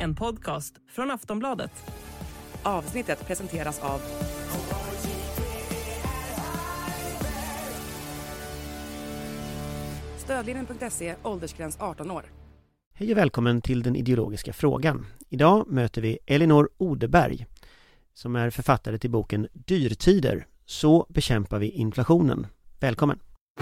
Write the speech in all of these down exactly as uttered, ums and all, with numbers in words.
en podcast från Aftonbladet. Avsnittet presenteras av Stödlinjen punkt se, åldersgräns arton år. Hej och välkommen till den ideologiska frågan. Idag möter vi Elinor Odeberg som är författare till boken Dyrtider. Så bekämpar vi inflationen. Välkommen!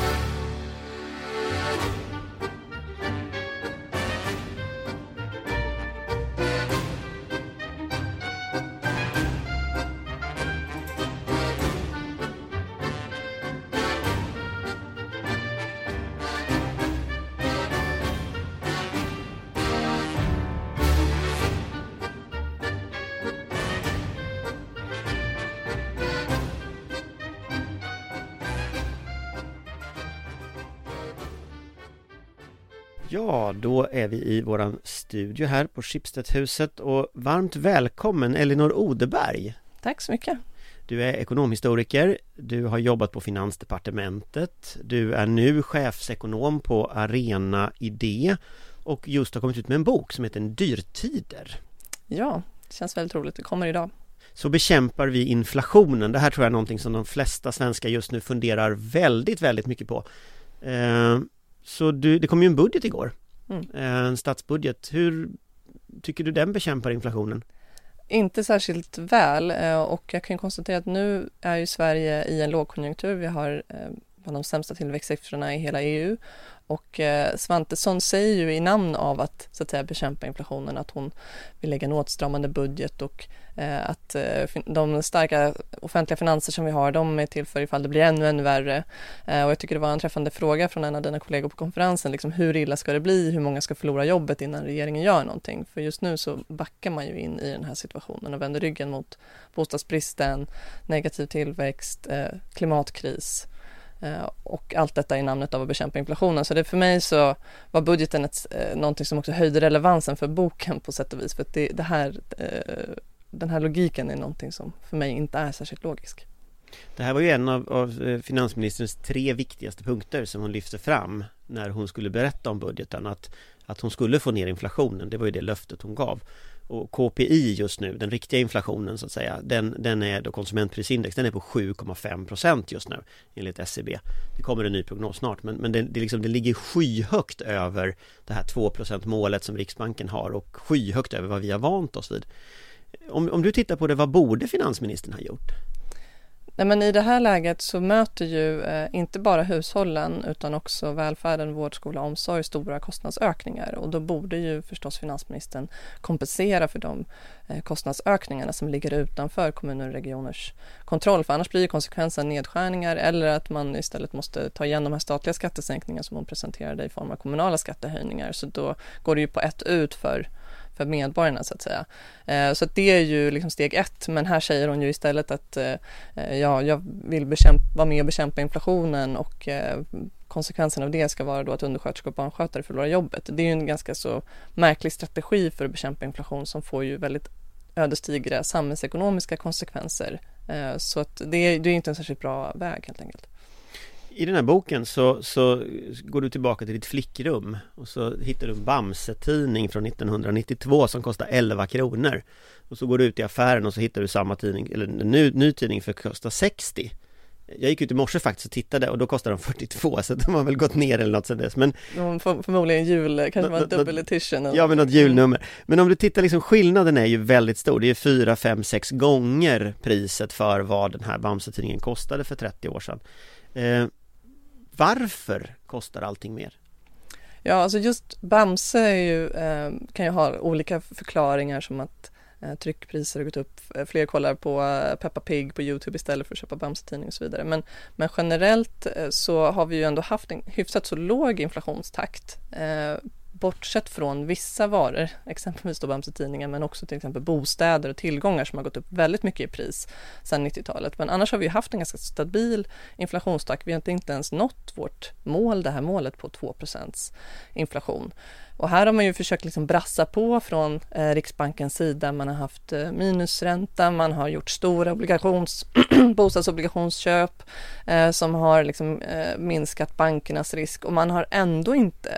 Ja, då är vi i våran studio här på Schibstedhuset och varmt välkommen Elinor Odeberg. Tack så mycket. Du är ekonomhistoriker, du har jobbat på Finansdepartementet, du är nu chefsekonom på Arena Idé och just har kommit ut med en bok som heter Dyrtider. Ja, det känns väldigt roligt, det kommer idag. Så bekämpar vi inflationen, det här tror jag är någonting som de flesta svenskar just nu funderar väldigt, väldigt mycket på. Eh, Så du, det kom ju en budget igår, mm. en statsbudget. Hur tycker du den bekämpar inflationen? Inte särskilt väl, och jag kan konstatera att nu är ju Sverige i en lågkonjunktur. Vi har bland de sämsta tillväxtsiffrorna i hela E U. Och Svantesson säger ju i namn av att, så att säga, bekämpa inflationen att hon vill lägga en åtstramande budget och eh, att eh, de starka offentliga finanser som vi har, de är till för ifall det blir ännu, ännu värre. Eh, och jag tycker det var en träffande fråga från en av dina kollegor på konferensen. Liksom, hur illa ska det bli? Hur många ska förlora jobbet innan regeringen gör någonting? För just nu så backar man ju in i den här situationen och vänder ryggen mot bostadsbristen, negativ tillväxt, eh, klimatkris. Och allt detta i namnet av att bekämpa inflationen. Så det för mig så var budgeten ett, eh, någonting som också höjde relevansen för boken på sätt och vis. För att det, det här, eh, den här logiken är någonting som för mig inte är särskilt logisk. Det här var ju en av, av finansministerns tre viktigaste punkter som hon lyfte fram när hon skulle berätta om budgeten. Att, att hon skulle få ner inflationen, det var ju det löftet hon gav. Och K P I just nu, den riktiga inflationen så att säga, den, den är då konsumentprisindex, den är på sju komma fem procent just nu enligt S C B. Det kommer en ny prognos snart, men, men det, det, liksom, det ligger skyhögt över det här två procent målet som Riksbanken har och skyhögt över vad vi har vant oss vid. Om, om du tittar på det, vad borde finansministern ha gjort? Nej, men i det här läget så möter ju eh, inte bara hushållen utan också välfärden, vård, skola och omsorg stora kostnadsökningar, och då borde ju förstås finansministern kompensera för de eh, kostnadsökningarna som ligger utanför kommuner och regioners kontroll, för annars blir konsekvensen nedskärningar eller att man istället måste ta igen de här statliga skattesänkningarna som hon presenterade i form av kommunala skattehöjningar, så då går det ju på ett ut för för medborgarna så att säga. Eh, så att det är ju liksom steg ett, men här säger hon ju istället att eh, ja, jag vill bekämpa, vara med och bekämpa inflationen och eh, konsekvensen av det ska vara då att undersköterskor och barnskötare förlorar jobbet. Det är ju en ganska så märklig strategi för att bekämpa inflation som får ju väldigt ödesdigra samhällsekonomiska konsekvenser. Eh, så att det är, det är inte en särskilt bra väg helt enkelt. I den här boken så, så går du tillbaka till ditt flickrum och så hittar du en Bamse-tidning från nittonhundranittiotvå som kostar elva kronor. Och så går du ut i affären och så hittar du samma tidning, eller en ny, ny tidning för att kosta sextio. Jag gick ut i morse faktiskt och tittade och då kostade de fyrtiotvå, så de har väl gått ner eller något sånt dess. Men de för, förmodligen jul, kanske var en double edition. Ja, men något julnummer. Men om du tittar, liksom, skillnaden är ju väldigt stor. Det är fyra, fem, sex gånger priset för vad den här Bamse-tidningen kostade för trettio år sedan. Eh, varför kostar allting mer? Ja, alltså just Bamse är ju, eh, kan ju ha olika förklaringar, som att eh, tryckpriser har gått upp, fler kollar på eh, Peppa Pig på YouTube istället för att köpa Bamse-tidning och så vidare. Men, men generellt eh, så har vi ju ändå haft en hyfsat så låg inflationstakt. Eh, bortsett från vissa varor, exempelvis då Bamse-tidningar, men också till exempel bostäder och tillgångar som har gått upp väldigt mycket i pris sedan nittiotalet. Men annars har vi haft en ganska stabil inflationstakt. Vi har inte, inte ens nått vårt mål, det här målet på två procent inflation. Och här har man ju försökt liksom brassa på från eh, Riksbankens sida. Man har haft eh, minusränta, man har gjort stora obligations, bostadsobligationsköp eh, som har liksom, eh, minskat bankernas risk, och man har ändå inte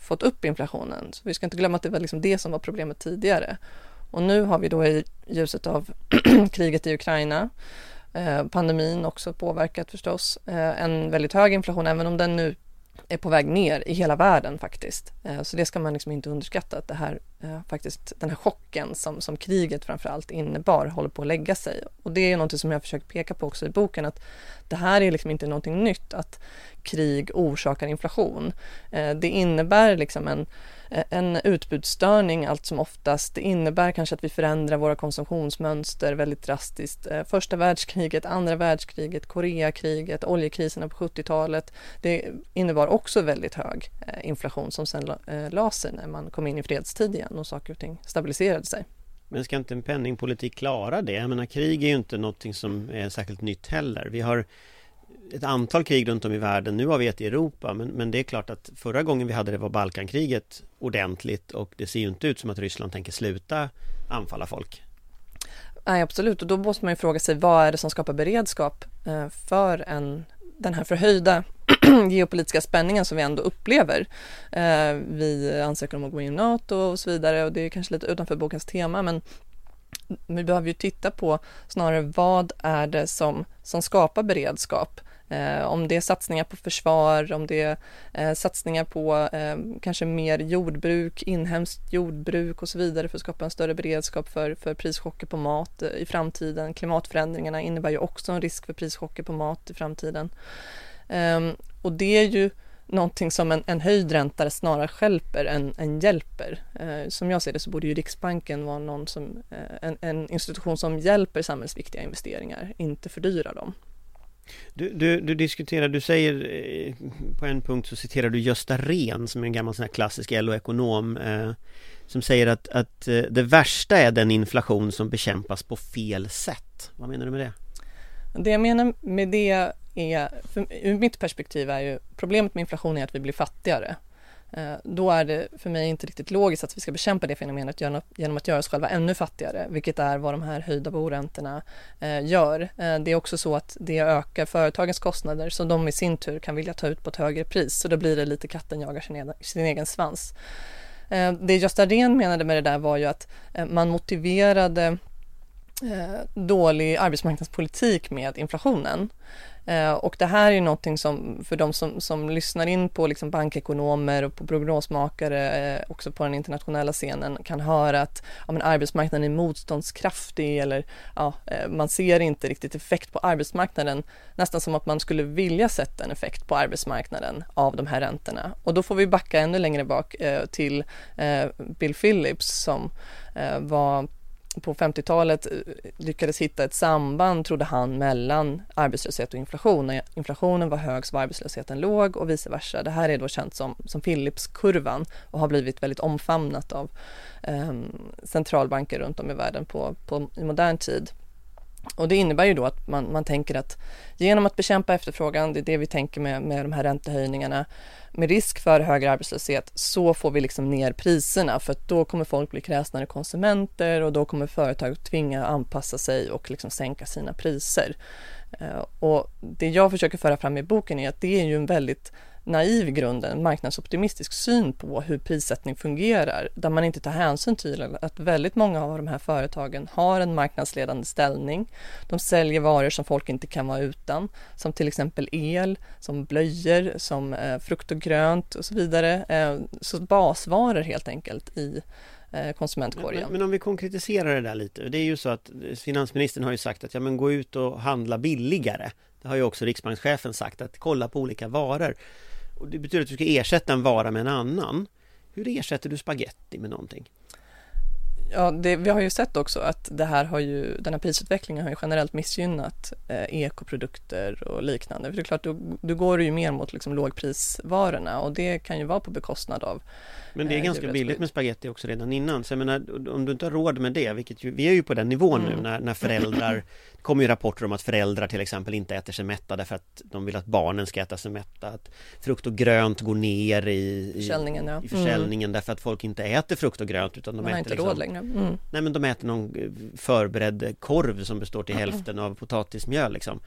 fått upp inflationen. Så vi ska inte glömma att det var liksom det som var problemet tidigare. Och nu har vi då i ljuset av kriget i Ukraina, eh, pandemin också påverkat förstås, eh, en väldigt hög inflation, även om den nu är på väg ner i hela världen faktiskt. Eh, så det ska man liksom inte underskatta, att det här, eh, faktiskt, den här chocken som, som kriget framförallt innebar håller på att lägga sig. Och det är något som jag försöker peka på också i boken, att det här är liksom inte någonting nytt, att krig orsakar inflation. Eh, det innebär liksom en En utbudsstörning allt som oftast. Det innebär kanske att vi förändrar våra konsumtionsmönster väldigt drastiskt. Första världskriget, andra världskriget, Koreakriget, oljekriserna på sjuttiotalet. Det innebar också väldigt hög inflation som sen la sig när man kom in i fredstid igen och saker och ting stabiliserade sig. Men ska inte en penningpolitik klara det? Jag menar, krig är ju inte något som är särskilt nytt heller. Vi har ett antal krig runt om i världen. Nu har vi ett i Europa, men, men det är klart att förra gången vi hade det var Balkankriget ordentligt, och det ser ju inte ut som att Ryssland tänker sluta anfalla folk. Nej, absolut. Och då måste man ju fråga sig, vad är det som skapar beredskap för en, den här förhöjda geopolitiska spänningen som vi ändå upplever. Vi ansöker om att gå in i NATO och så vidare, och det är kanske lite utanför bokens tema, men vi behöver ju titta på snarare vad är det som, som skapar beredskap. Eh, om det är satsningar på försvar, om det är eh, satsningar på eh, kanske mer jordbruk, inhemskt jordbruk och så vidare för att skapa en större beredskap för, för prischocker på mat eh, i framtiden. Klimatförändringarna innebär ju också en risk för prischocker på mat i framtiden. Eh, och det är ju någonting som en, en höjd ränta snarare stjälper än, än hjälper. Eh, som jag ser det så borde ju Riksbanken vara någon som, eh, en, en institution som hjälper samhällsviktiga investeringar, inte fördyrar dem. Du, du, du diskuterar, du säger eh, på en punkt så citerar du Gösta Rehn som är en gammal sån här klassisk L O-ekonom eh, som säger att, att eh, det värsta är den inflation som bekämpas på fel sätt. Vad menar du med det? Det jag menar med det är, för, ur mitt perspektiv är ju problemet med inflation är att vi blir fattigare. Eh, då är det för mig inte riktigt logiskt att vi ska bekämpa det fenomenet genom, genom att göra oss själva ännu fattigare, vilket är vad de här höjda boräntorna eh, gör. Eh, det är också så att det ökar företagens kostnader som de i sin tur kan vilja ta ut på ett högre pris, så då blir det lite katten jagar sin egen, sin egen svans. Eh, det Gösta Rehn menade med det där var ju att eh, man motiverade dålig arbetsmarknadspolitik med inflationen. Eh, och det här är ju någonting som för de som, som lyssnar in på liksom bankekonomer och på prognosmakare eh, också på den internationella scenen kan höra att ja, men arbetsmarknaden är motståndskraftig, eller ja, eh, man ser inte riktigt effekt på arbetsmarknaden, nästan som att man skulle vilja sätta en effekt på arbetsmarknaden av de här räntorna. Och då får vi backa ännu längre bak eh, till eh, Bill Phillips som eh, var på femtiotalet lyckades hitta ett samband, trodde han, mellan arbetslöshet och inflation. När inflationen var hög så var arbetslösheten låg och vice versa. Det här är då känt som, som Phillips-kurvan och har blivit väldigt omfamnat av eh, centralbanker runt om i världen på, på, i modern tid. Och det innebär ju då att man, man tänker att genom att bekämpa efterfrågan, det är det vi tänker med, med de här räntehöjningarna, med risk för högre arbetslöshet, så får vi liksom ner priserna, för att då kommer folk bli kräsnare konsumenter och då kommer företag tvinga anpassa sig och liksom sänka sina priser. Och det jag försöker föra fram i boken är att det är ju en väldigt naiv grund, en marknadsoptimistisk syn på hur prissättning fungerar, där man inte tar hänsyn till att väldigt många av de här företagen har en marknadsledande ställning. De säljer varor som folk inte kan vara utan, som till exempel el, som blöjor, som eh, frukt och grönt och så vidare. Eh, så basvaror helt enkelt i eh, konsumentkorgen. Men, men om vi konkretiserar det där lite, det är ju så att finansministern har ju sagt att ja, men gå ut och handla billigare. Det har ju också riksbankschefen sagt, att kolla på olika varor. Och det betyder att du ska ersätta en vara med en annan. Hur ersätter du spaghetti med någonting? Ja, det, vi har ju sett också att det här har ju, den här prisutvecklingen har ju generellt missgynnat eh, ekoprodukter och liknande. För det är klart, du, du går ju mer mot liksom lågprisvarorna och det kan ju vara på bekostnad av. Men det är eh, ganska billigt med spaghetti också redan innan. Så jag menar, om du inte har råd med det, vilket ju, vi är ju på den nivån mm. nu när, när föräldrar, det kommer ju rapporter om att föräldrar till exempel inte äter sig mätta därför att de vill att barnen ska äta sig mätta. Att frukt och grönt går ner i, i försäljningen, ja. i försäljningen mm. därför att folk inte äter frukt och grönt utan de Man har äter inte liksom, råd längre. Mm. Nej, men de äter någon förberedd korv som består till hälften av potatismjöl liksom.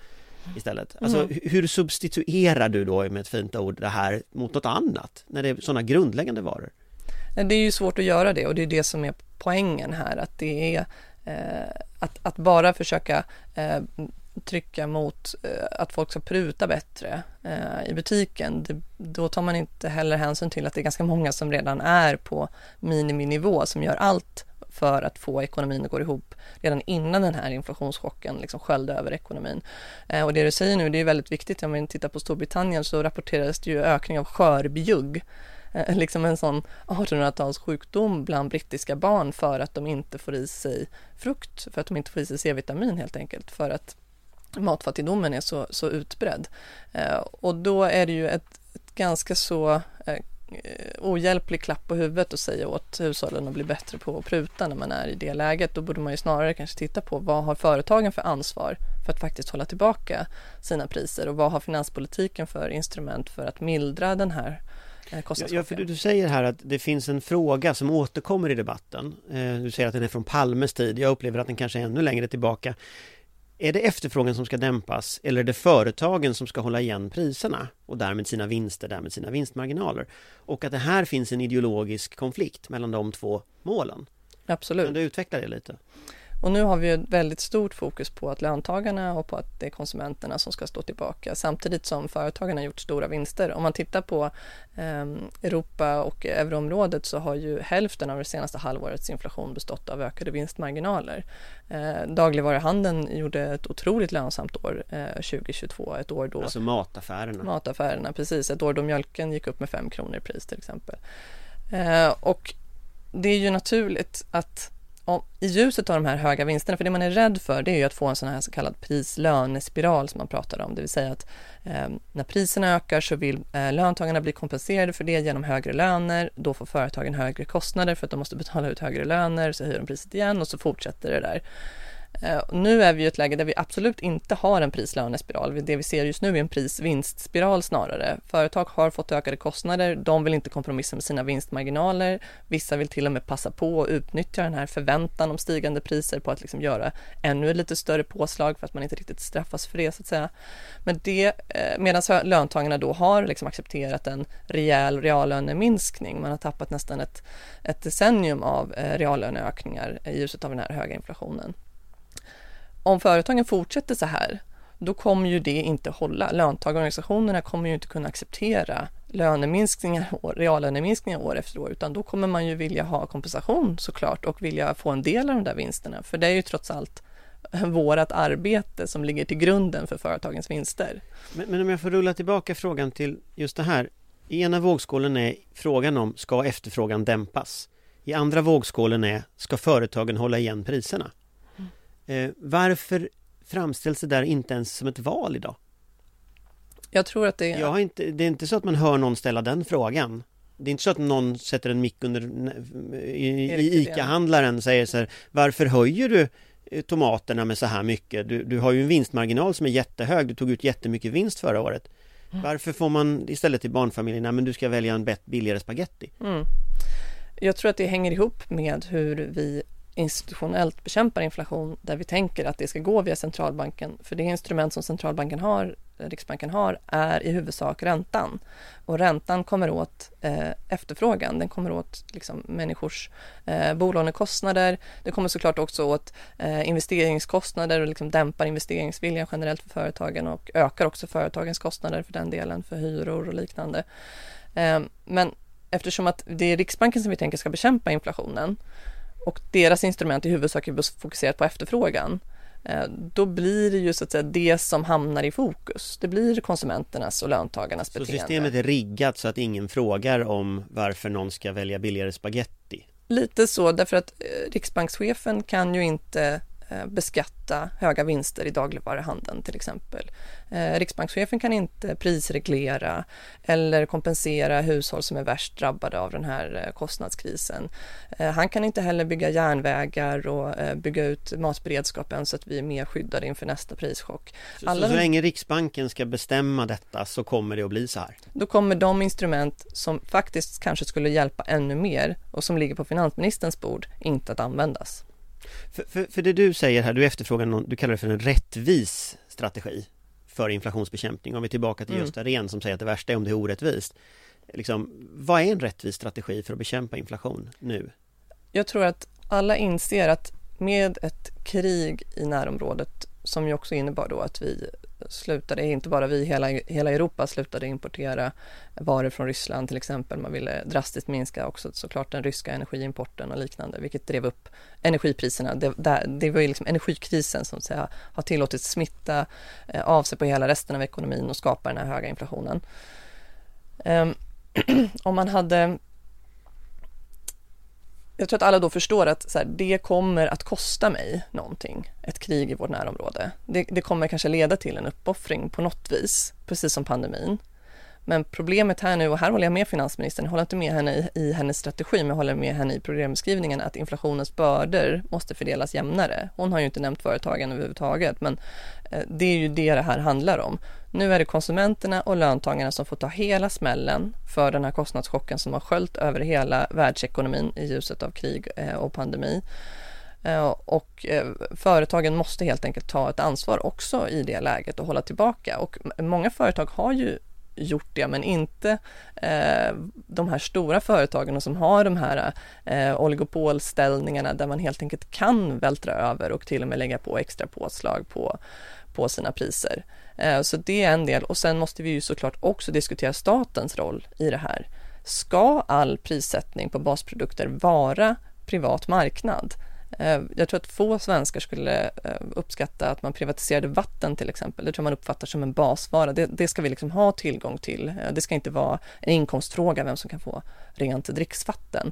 istället. Alltså Mm. hur substituerar du då med ett fint ord det här mot något annat när det är sådana grundläggande varor? Det är ju svårt att göra det och det är det som är poängen här, att det är eh, att, att bara försöka eh, trycka mot eh, att folk ska pruta bättre eh, i butiken. Det, då tar man inte heller hänsyn till att det är ganska många som redan är på miniminivå som gör allt för att få ekonomin att gå ihop redan innan den här inflationschocken liksom sköljde över ekonomin. Eh, och det du säger nu, det är väldigt viktigt. Om vi tittar på Storbritannien så rapporterades det ju ökning av skörbjugg. Eh, liksom en sån artonhundratals-sjukdom bland brittiska barn för att de inte får i sig frukt, för att de inte får i sig C-vitamin helt enkelt, för att matfattigdomen är så, så utbredd. Eh, och då är det ju ett, ett ganska så eh, ohjälplig klapp på huvudet att säga åt hushållen att bli bättre på att pruta när man är i det läget. Då borde man ju snarare kanske titta på vad har företagen för ansvar för att faktiskt hålla tillbaka sina priser och vad har finanspolitiken för instrument för att mildra den här kostnadschocken. Ja, för du, du säger här att det finns en fråga som återkommer i debatten. Eh, du säger att den är från Palmes tid. Jag upplever att den kanske är ännu längre tillbaka. Är det efterfrågan som ska dämpas eller är det företagen som ska hålla igen priserna och därmed sina vinster, därmed sina vinstmarginaler? Och att det här finns en ideologisk konflikt mellan de två målen. Absolut. Kan du utveckla det lite? Och nu har vi ett väldigt stort fokus på att löntagarna och på att det är konsumenterna som ska stå tillbaka samtidigt som företagen har gjort stora vinster. Om man tittar på eh, Europa och euroområdet så har ju hälften av det senaste halvårets inflation bestått av ökade vinstmarginaler. Eh, dagligvaruhandeln gjorde ett otroligt lönsamt år eh, tjugohundratjugotvå, ett år då... Alltså mataffärerna. Mataffärerna, precis. Ett år då mjölken gick upp med fem kronor i pris till exempel. Eh, och det är ju naturligt att om, i ljuset av de här höga vinsterna, för det man är rädd för det är ju att få en sån här så kallad prislönespiral som man pratar om, det vill säga att eh, när priserna ökar så vill eh, löntagarna bli kompenserade för det genom högre löner, då får företagen högre kostnader för att de måste betala ut högre löner, så höjer de priset igen och så fortsätter det där. Uh, nu är vi i ett läge där vi absolut inte har en prislönespiral. Det vi ser just nu är en prisvinstspiral snarare. Företag har fått ökade kostnader, de vill inte kompromissa med sina vinstmarginaler. Vissa vill till och med passa på att utnyttja den här förväntan om stigande priser på att liksom göra ännu lite större påslag för att man inte riktigt straffas för det så att säga. Men det, uh, medan löntagarna då har liksom accepterat en rejäl reallöneminskning. Man har tappat nästan ett, ett decennium av uh, reallöneökningar i ljuset av den här höga inflationen. Om företagen fortsätter så här, då kommer ju det inte hålla. Löntagarorganisationerna kommer ju inte kunna acceptera löneminskningar, reallöneminskningar år efter år, utan då kommer man ju vilja ha kompensation såklart och vilja få en del av de där vinsterna. För det är ju trots allt vårat arbete som ligger till grunden för företagens vinster. Men, men om jag får rulla tillbaka frågan till just det här. I ena vågskålen är frågan om ska efterfrågan dämpas. I andra vågskålen är ska företagen hålla igen priserna. Eh, varför framställs det där inte ens som ett val idag? Jag tror att det är... Jag har inte, det är inte så att man hör någon ställa den frågan. Det är inte så att någon sätter en mick under i, i ICA-handlaren och säger så här, varför höjer du tomaterna med så här mycket? Du, du har ju en vinstmarginal som är jättehög. Du tog ut jättemycket vinst förra året. Mm. Varför får man istället till barnfamiljerna, men du ska välja en bett billigare spaghetti? Mm. Jag tror att det hänger ihop med hur vi institutionellt bekämpar inflation, där vi tänker att det ska gå via centralbanken, för det instrument som centralbanken har, Riksbanken har, är i huvudsak räntan, och räntan kommer åt eh, efterfrågan, den kommer åt liksom, människors eh, bolånekostnader, det kommer såklart också åt eh, investeringskostnader och liksom dämpar investeringsviljan generellt för företagen och ökar också företagens kostnader för den delen, för hyror och liknande. Eh, men eftersom att det är Riksbanken som vi tänker ska bekämpa inflationen och deras instrument i huvudsak är fokuserat på efterfrågan, då blir det ju så att säga det som hamnar i fokus. Det blir konsumenternas och löntagarnas beteende. Så systemet är riggat så att ingen frågar om varför någon ska välja billigare spaghetti? Lite så, därför att riksbankschefen kan ju inte beskatta höga vinster i dagligvaruhandeln till exempel. Eh, Riksbankschefen kan inte prisreglera eller kompensera hushåll som är värst drabbade av den här eh, kostnadskrisen. Eh, han kan inte heller bygga järnvägar och eh, bygga ut matberedskapen så att vi är mer skyddade inför nästa prischock. Så, Alla så, så de... länge Riksbanken ska bestämma detta så kommer det att bli så här? Då kommer de instrument som faktiskt kanske skulle hjälpa ännu mer och som ligger på finansministerns bord inte att användas. För, för, för det du säger här, du efterfrågar någon, du kallar det för en rättvis strategi för inflationsbekämpning. Om vi är tillbaka till Mm. Gösta Rehn som säger att det värsta är om det är orättvist. Liksom, vad är en rättvis strategi för att bekämpa inflation nu? Jag tror att alla inser att med ett krig i närområdet, som ju också innebar då att vi slutade, inte bara vi, hela, hela Europa slutade importera varor från Ryssland till exempel. Man ville drastiskt minska också såklart den ryska energiimporten och liknande, vilket drev upp energipriserna. Det, det, det var ju liksom energikrisen som så att säga, har tillåtits smitta eh, av sig på hela resten av ekonomin och skapa den här höga inflationen. Um, om man hade... Jag tror att alla då förstår att så här, det kommer att kosta mig någonting, ett krig i vårt närområde. Det, det kommer kanske leda till en uppoffring på något vis, precis som pandemin. Men problemet här nu, och här håller jag med finansministern, jag håller inte med henne i, i hennes strategi, men jag håller med henne i problembeskrivningen att inflationens bördor måste fördelas jämnare. Hon har ju inte nämnt företagen överhuvudtaget, men eh, det är ju det det här handlar om. Nu är det konsumenterna och löntagarna som får ta hela smällen för den här kostnadschocken som har sköljt över hela världsekonomin i ljuset av krig eh, och pandemi. Eh, och eh, företagen måste helt enkelt ta ett ansvar också i det läget och hålla tillbaka. Och m- många företag har ju gjort det, men inte eh, de här stora företagen som har de här eh, oligopolställningarna där man helt enkelt kan vältra över och till och med lägga på extra påslag på, på sina priser. Eh, så det är en del, och sen måste vi ju såklart också diskutera statens roll i det här. Ska all prissättning på basprodukter vara privat marknad? Jag tror att få svenskar skulle uppskatta att man privatiserade vatten till exempel. Det tror man uppfattar som en basvara. Det, det ska vi liksom ha tillgång till. Det ska inte vara en inkomstfråga vem som kan få rent dricksvatten.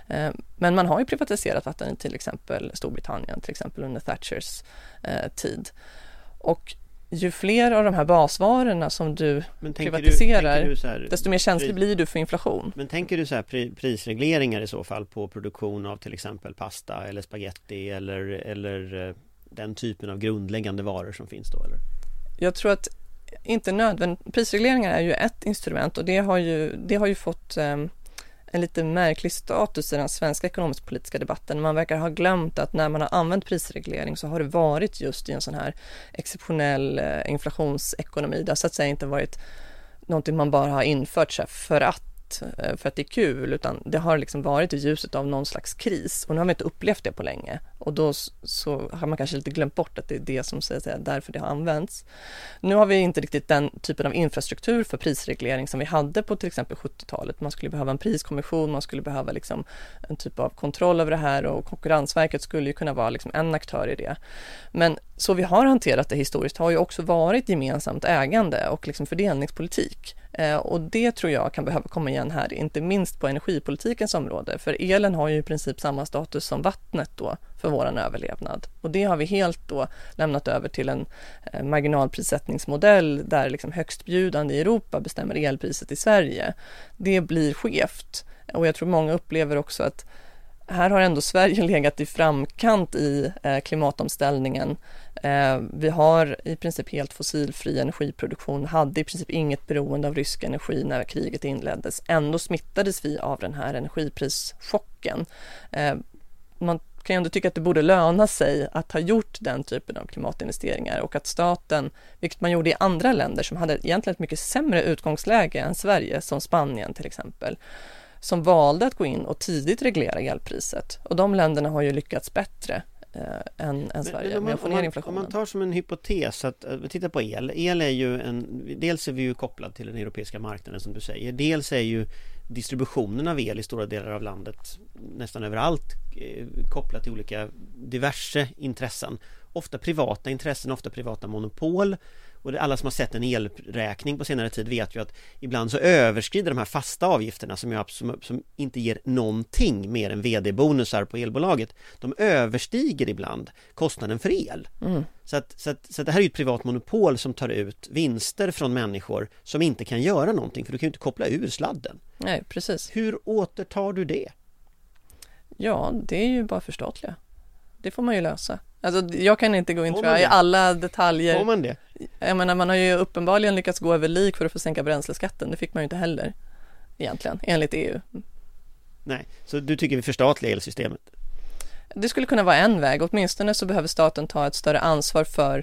Men man har ju privatiserat vatten i till exempel Storbritannien, till exempel under Thatchers tid. Och ju fler av de här basvarorna som du privatiserar, du, du här, desto mer känslig blir du för inflation. Men tänker du så här pri, prisregleringar i så fall på produktion av till exempel pasta eller spaghetti eller, eller den typen av grundläggande varor som finns då? Eller? Jag tror att inte nödvändigt. Prisregleringar är ju ett instrument och det har ju, det har ju fått um, en lite märklig status i den svenska ekonomisk-politiska debatten. Man verkar ha glömt att när man har använt prisreglering så har det varit just i en sån här exceptionell eh, inflationsekonomi. Det har så att säga inte varit någonting man bara har infört så här för att för att det är kul, utan det har liksom varit i ljuset av någon slags kris och nu har vi inte upplevt det på länge och då så har man kanske lite glömt bort att det är det som så att säga, därför det har använts. Nu har vi inte riktigt den typen av infrastruktur för prisreglering som vi hade på till exempel sjuttiotalet. Man skulle behöva en priskommission, man skulle behöva liksom en typ av kontroll över det här och Konkurrensverket skulle ju kunna vara liksom en aktör i det. Men så vi har hanterat det historiskt har ju också varit gemensamt ägande och liksom fördelningspolitik. Eh, och det tror jag kan behöva komma igen här, inte minst på energipolitikens område. För elen har ju i princip samma status som vattnet då för våran överlevnad. Och det har vi helt då lämnat över till en eh, marginalprissättningsmodell där liksom högstbjudande i Europa bestämmer elpriset i Sverige. Det blir skevt. Och jag tror många upplever också att här har ändå Sverige legat i framkant i eh, klimatomställningen. Eh, vi har i princip helt fossilfri energiproduktion, hade i princip inget beroende av rysk energi när kriget inleddes. Ändå smittades vi av den här energiprischocken. Eh, man kan ju ändå tycka att det borde löna sig att ha gjort den typen av klimatinvesteringar och att staten, vilket man gjorde i andra länder som hade egentligen ett mycket sämre utgångsläge än Sverige, som Spanien till exempel, som valde att gå in och tidigt reglera elpriset. Och de länderna har ju lyckats bättre eh, än, än Sverige men, men med att få ner inflationen. Om man tar som en hypotes att, att vi tittar på el. El är ju en, dels är vi ju kopplad till den europeiska marknaden som du säger. Dels är ju distributionen av el i stora delar av landet nästan överallt eh, kopplat till olika diverse intressen. Ofta privata intressen, ofta privata monopol. Och alla som har sett en elräkning på senare tid vet ju att ibland så överskrider de här fasta avgifterna som, jag, som, som inte ger någonting mer än vd-bonusar på elbolaget. De överstiger ibland kostnaden för el. Mm. Så, att, så, att, så att det här är ju ett privat monopol som tar ut vinster från människor som inte kan göra någonting för du kan ju inte koppla ur sladden. Nej, precis. Hur återtar du det? Ja, det är ju bara förstatliga. Det får man ju lösa. Alltså, jag kan inte gå in tror jag, i alla detaljer. Får man det? Jag menar, man har ju uppenbarligen lyckats gå över lik för att få sänka bränsleskatten. Det fick man ju inte heller egentligen, enligt E U. Nej, så du tycker vi förstatligar elsystemet? Det skulle kunna vara en väg. Åtminstone så behöver staten ta ett större ansvar för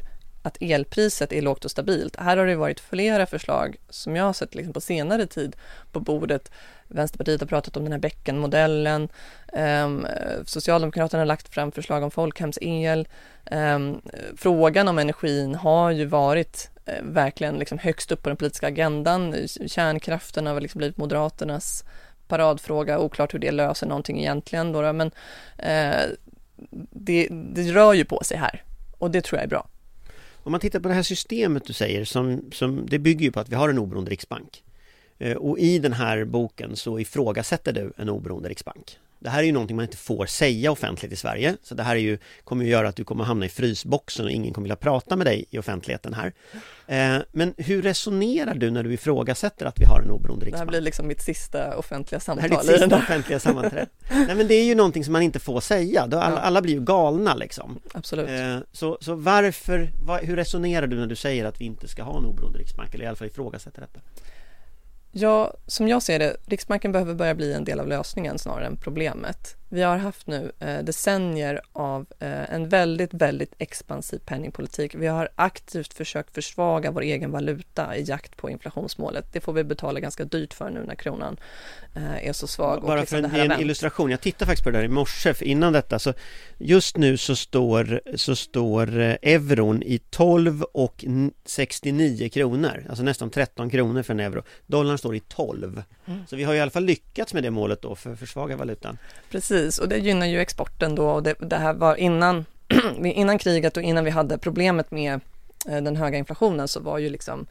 att elpriset är lågt och stabilt. Här har det varit flera förslag som jag har sett liksom på senare tid på bordet. Vänsterpartiet har pratat om den här bäckenmodellen. Um, Socialdemokraterna har lagt fram förslag om folkhemsel. Um, frågan om energin har ju varit uh, verkligen liksom högst upp på den politiska agendan. Kärnkraften har liksom blivit Moderaternas paradfråga. Oklart hur det löser någonting egentligen. Då, men uh, det, det rör ju på sig här. Och det tror jag är bra. Om man tittar på det här systemet du säger, som, som, det bygger ju på att vi har en oberoende riksbank. Och i den här boken så ifrågasätter du en oberoende riksbank. Det här är ju någonting man inte får säga offentligt i Sverige. Så det här är ju, kommer ju göra att du kommer hamna i frysboxen och ingen kommer vilja prata med dig i offentligheten här. Eh, men hur resonerar du när du ifrågasätter att vi har en oberoende riksbank? Det här blir liksom mitt sista offentliga samtal. Det här är ditt sista offentliga sammanträde. Nej, men det är ju någonting som man inte får säga. Alla, alla blir ju galna liksom. Absolut. Eh, så, så varför, var, hur resonerar du när du säger att vi inte ska ha en oberoende riksbank? Eller i alla fall ifrågasätter detta? Ja, som jag ser det, Riksbanken behöver börja bli en del av lösningen snarare än problemet. Vi har haft nu eh, decennier av eh, en väldigt, väldigt expansiv penningpolitik. Vi har aktivt försökt försvaga vår egen valuta i jakt på inflationsmålet. Det får vi betala ganska dyrt för nu när kronan eh, är så svag. Bara och liksom för en, det här en illustration, jag tittar faktiskt på det där i morse, för innan detta, så just nu så står, så står eh, euron i tolv och sextionio kronor, alltså nästan tretton kronor för en euro. Dollarn står i tolv. Mm. Så vi har i alla fall lyckats med det målet då för att försvaga valutan. Precis, och det gynnar ju exporten då, och det, det här var innan, innan kriget och innan vi hade problemet med eh, den höga inflationen, så var ju liksom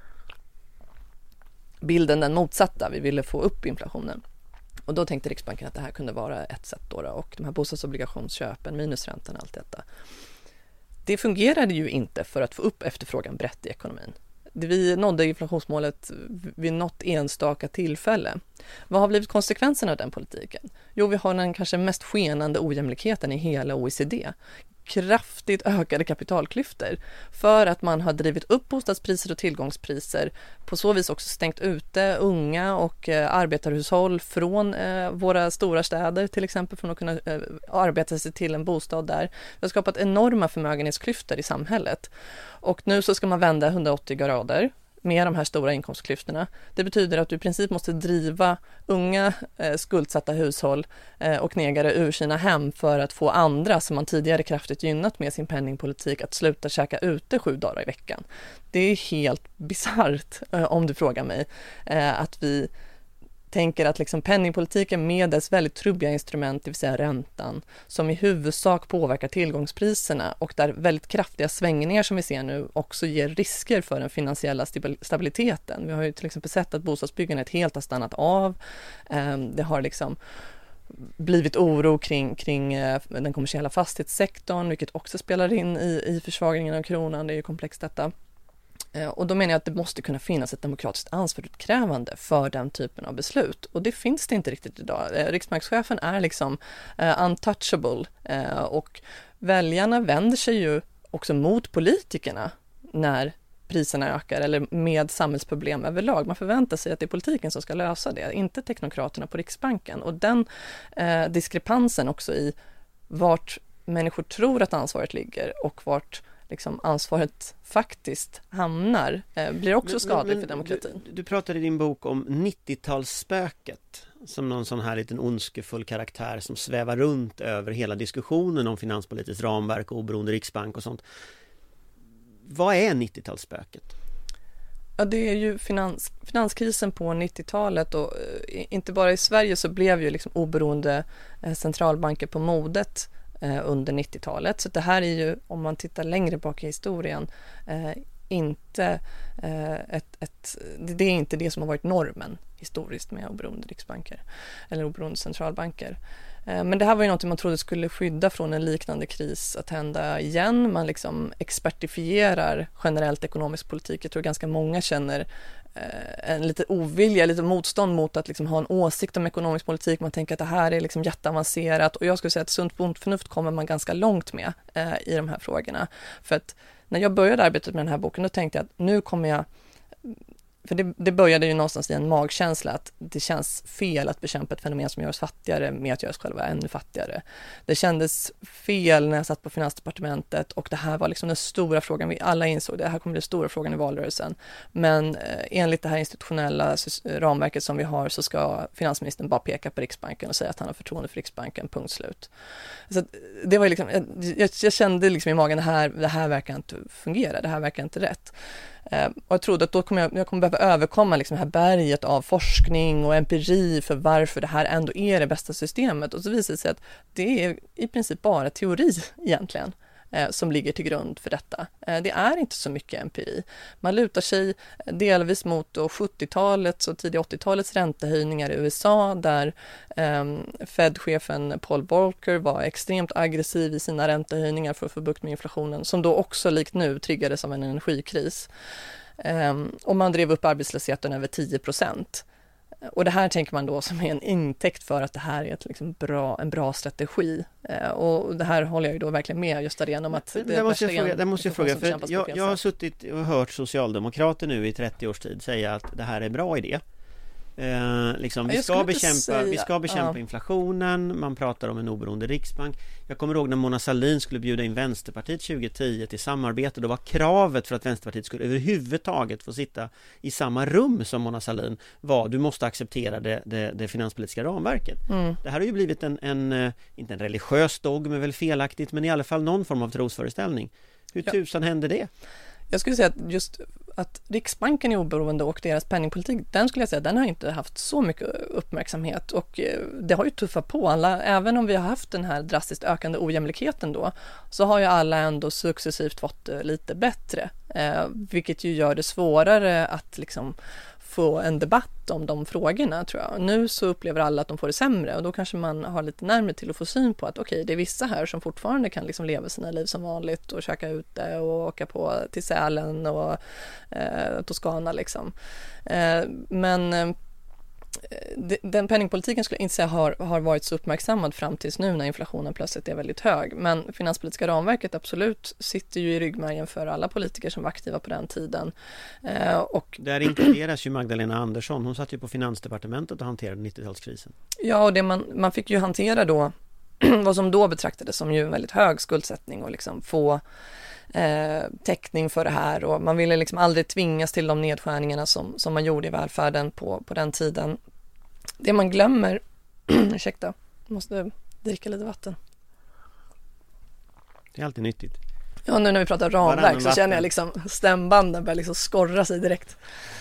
bilden den motsatta. Vi ville få upp inflationen. Och då tänkte Riksbanken att det här kunde vara ett sätt då, då och de här bostadsobligationsköpen, minusräntan och allt detta. Det fungerade ju inte för att få upp efterfrågan brett i ekonomin. Vi nådde inflationsmålet vid något enstaka tillfälle. Vad har blivit konsekvenserna av den politiken? Jo, vi har den kanske mest skenande ojämlikheten i hela O E C D. Kraftigt ökade kapitalklyftor för att man har drivit upp bostadspriser och tillgångspriser, på så vis också stängt ute unga och eh, arbetarhushåll från eh, våra stora städer till exempel, från att kunna eh, arbeta sig till en bostad där. Vi har skapat enorma förmögenhetsklyftor i samhället, och nu så ska man vända hundraåttio grader med de här stora inkomstklyftorna. Det betyder att du i princip måste driva unga eh, skuldsatta hushåll eh, och knegare ur sina hem för att få andra som man tidigare kraftigt gynnat med sin penningpolitik att sluta käka ute sju dagar i veckan. Det är helt bisarrt eh, om du frågar mig, eh, att vi tänker att liksom penningpolitiken med dess väldigt trubbiga instrument, det vill säga räntan, som i huvudsak påverkar tillgångspriserna och där väldigt kraftiga svängningar som vi ser nu också ger risker för den finansiella stabiliteten. Vi har ju till exempel sett att bostadsbyggandet helt har stannat av. Det har liksom blivit oro kring, kring den kommersiella fastighetssektorn, vilket också spelar in i, i försvagningen av kronan. Det är ju komplext detta. Och då menar jag att det måste kunna finnas ett demokratiskt ansvarsutkrävande för den typen av beslut. Och det finns det inte riktigt idag. Riksbankschefen är liksom uh, untouchable. Uh, och väljarna vänder sig ju också mot politikerna när priserna ökar eller med samhällsproblem överlag. Man förväntar sig att det är politiken som ska lösa det, inte teknokraterna på Riksbanken. Och den uh, diskrepansen också i vart människor tror att ansvaret ligger och vart liksom ansvaret faktiskt hamnar, eh, blir också skadligt för demokratin. Du, du pratade i din bok om nittiotalsspöket som någon sån här liten ondskefull karaktär som svävar runt över hela diskussionen om finanspolitiskt ramverk, oberoende riksbank och sånt. Vad är nittiotalsspöket? Ja, det är ju finans, finanskrisen på nittiotalet, och eh, inte bara i Sverige så blev ju liksom oberoende eh, centralbanker på modet under nittiotalet. Så det här är ju, om man tittar längre bak i historien, eh, inte eh, ett, ett, det är inte det som har varit normen historiskt med oberoende riksbanker eller oberoende centralbanker. Eh, men det här var ju något man trodde skulle skydda från en liknande kris att hända igen. Man liksom expertifierar generellt ekonomisk politik. Jag tror ganska många känner en lite ovilja, lite motstånd mot att liksom ha en åsikt om ekonomisk politik. Man tänker att det här är liksom jätteavancerat, och jag skulle säga att sunt bondförnuft kommer man ganska långt med eh, i de här frågorna. För att när jag började arbetet med den här boken, då tänkte jag att nu kommer jag för det, det började ju någonstans i en magkänsla att det känns fel att bekämpa ett fenomen som gör oss fattigare med att göra oss själva ännu fattigare. Det kändes fel när jag satt på Finansdepartementet och det här var liksom den stora frågan. Vi alla insåg det här kommer bli den stora frågan i valrörelsen. Men eh, enligt det här institutionella ramverket som vi har så ska finansministern bara peka på Riksbanken och säga att han har förtroende för Riksbanken, punkt slut. Så det var liksom, jag, jag kände liksom i magen det här, det här verkar inte fungera, det här verkar inte rätt. Uh, och jag trodde att då kommer jag, jag kommer behöva överkomma liksom det här berget av forskning och empiri för varför det här ändå är det bästa systemet. Och så visar det sig att det är i princip bara teori egentligen uh, som ligger till grund för detta. Uh, det är inte så mycket empiri. Man lutar sig delvis mot då sjuttiotalets och tidigt åttiotalets räntehöjningar i U S A där um, Fed-chefen Paul Volcker var extremt aggressiv i sina räntehöjningar för att få bukt med inflationen som då också likt nu triggades av en energikris. Um, och man drev upp arbetslösheten över tio procent. Och det här tänker man då som är en intäkt för att det här är ett liksom bra, en bra strategi. Eh, och det här håller jag ju då verkligen med just där om att det, det måste jag fråga, det måste jag fråga för jag, jag har sätt. suttit och hört socialdemokrater nu i trettio års tid säga att det här är en bra idé. Eh, liksom, vi, ska bekämpa, säga, vi ska bekämpa ja. inflationen. Man pratar om en oberoende riksbank. Jag kommer ihåg när Mona Sahlin skulle bjuda in Vänsterpartiet tjugohundratio till samarbete. Då var kravet för att Vänsterpartiet skulle överhuvudtaget få sitta i samma rum som Mona Sahlin var, du måste acceptera det, det, det finanspolitiska ramverket. Mm. Det här har ju blivit en, en inte en religiös dogm, väl felaktigt, men i alla fall någon form av trosföreställning. Hur ja. tusan hände det? Jag skulle säga att just att Riksbanken är oberoende och deras penningpolitik, den skulle jag säga, den har inte haft så mycket uppmärksamhet och det har ju tuffat på alla, även om vi har haft den här drastiskt ökande ojämlikheten då, så har ju alla ändå successivt fått lite bättre, eh, vilket ju gör det svårare att liksom få en debatt om de frågorna tror jag. Nu så upplever alla att de får det sämre och då kanske man har lite närmare till att få syn på att okej, okay, det är vissa här som fortfarande kan liksom leva sina liv som vanligt och käka ute och åka på till Sälen och eh, Toscana liksom. Eh, men eh, den penningpolitiken skulle jag inte säga har, har varit så uppmärksammad fram tills nu när inflationen plötsligt är väldigt hög. Men finanspolitiska ramverket absolut sitter ju i ryggmärgen för alla politiker som var aktiva på den tiden. Eh, och där inkluderas ju Magdalena Andersson. Hon satt ju på Finansdepartementet och hanterade nittiotalskrisen. Ja, och det man, man fick ju hantera då vad som då betraktades som ju en väldigt hög skuldsättning och liksom få Eh, täckning för det här och man ville liksom aldrig tvingas till de nedskärningarna som, som man gjorde i välfärden på, på den tiden. Det man glömmer ursäkta, måste dricka lite vatten. Det är alltid nyttigt. Ja, nu när vi pratar ramverk så känner jag liksom stämbanden börjar liksom skorra sig direkt.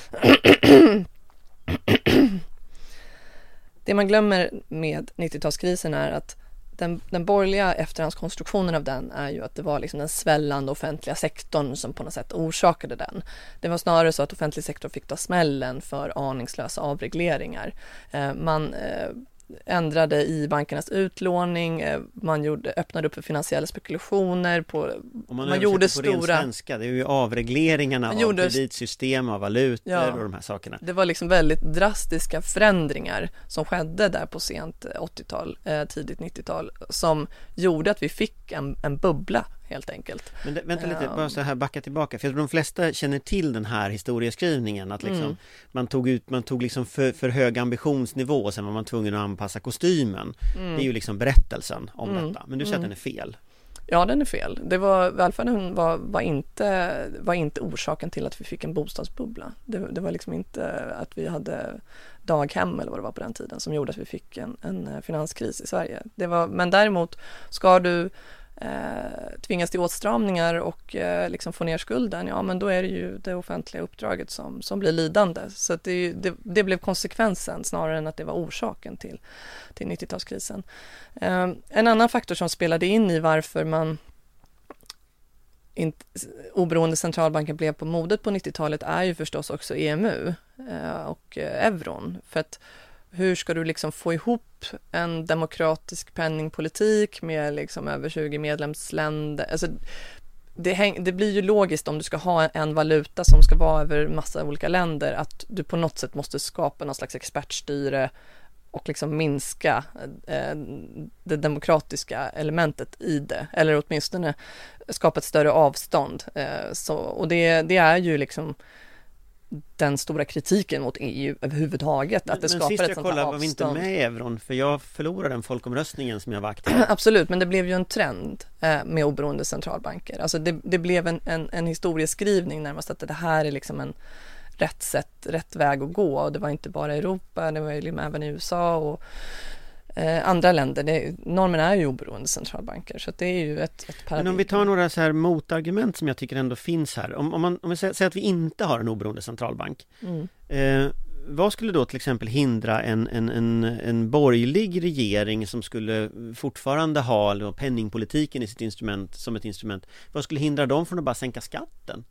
Det man glömmer med nittiotalskrisen är att Den, den borgerliga efterhandskonstruktionen av den är ju att det var liksom den svällande offentliga sektorn som på något sätt orsakade den. Det var snarare så att offentlig sektor fick ta smällen för aningslösa avregleringar. Eh, man eh, ändrade i bankernas utlåning, eh, man gjorde, öppnade upp för finansiella spekulationer. På, Om man, man gjorde på stora... svenska, det är ju avregleringarna av gjorde, kreditsystem, av valutor ja, och de här sakerna. Det var liksom väldigt drastiska förändringar som skedde där på sent åttiotal, eh, tidigt nittiotal som gjorde att vi fick en, en bubbla helt enkelt. Men det, vänta lite, bara så här backa tillbaka. För jag tror de flesta känner till den här historieskrivningen att liksom, mm. man tog ut, man tog liksom för, för hög ambitionsnivå och sen var man tvungen att anpassa kostymen. Mm. Det är ju liksom berättelsen om mm. detta. Men du säger mm. att den är fel. Ja, den är fel. Det var, välfärden var, var, inte, var inte orsaken till att vi fick en bostadsbubbla. Det, det var liksom inte att vi hade daghem eller vad det var på den tiden som gjorde att vi fick en, en finanskris i Sverige. Det var, men däremot ska du eh, tvingas till åtstramningar och eh, liksom få ner skulden, ja men då är det ju det offentliga uppdraget som, som blir lidande. Så att det, det, det blev konsekvensen snarare än att det var orsaken till, till nittiotalskrisen. Eh, en annan faktor som spelade in i varför man inte, oberoende centralbanken blev på modet på nittiotalet är ju förstås också E M U eh, och eh, euron. För att hur ska du liksom få ihop en demokratisk penningpolitik med liksom över tjugo medlemsländer? Alltså, det, häng, det blir ju logiskt om du ska ha en valuta som ska vara över massa olika länder att du på något sätt måste skapa någon slags expertstyre och liksom minska eh, det demokratiska elementet i det. Eller åtminstone skapa ett större avstånd. Eh, så, och det, det är ju liksom den stora kritiken mot E U överhuvudtaget. Men, att det men skapar sist ett jag sånt här kollade var vi inte avstånd. med i euron, för jag förlorade den folkomröstningen som jag var aktiv. Absolut, men det blev ju en trend eh, med oberoende centralbanker. Alltså det, det blev en, en, en historieskrivning närmast att det här är liksom en rätt sätt, rätt väg att gå. Och det var inte bara i Europa, det var ju liksom även i U S A och eh, andra länder. Det, normen är ju oberoende centralbanker, så att det är ju ett, ett paradigm. Men om vi tar några så här motargument som jag tycker ändå finns här. Om, om, man, om vi säger att vi inte har en oberoende centralbank. Mm. Eh, vad skulle då till exempel hindra en, en, en, en borgerlig regering som skulle fortfarande ha då, penningpolitiken i sitt instrument som ett instrument? Vad skulle hindra dem från att bara sänka skatten?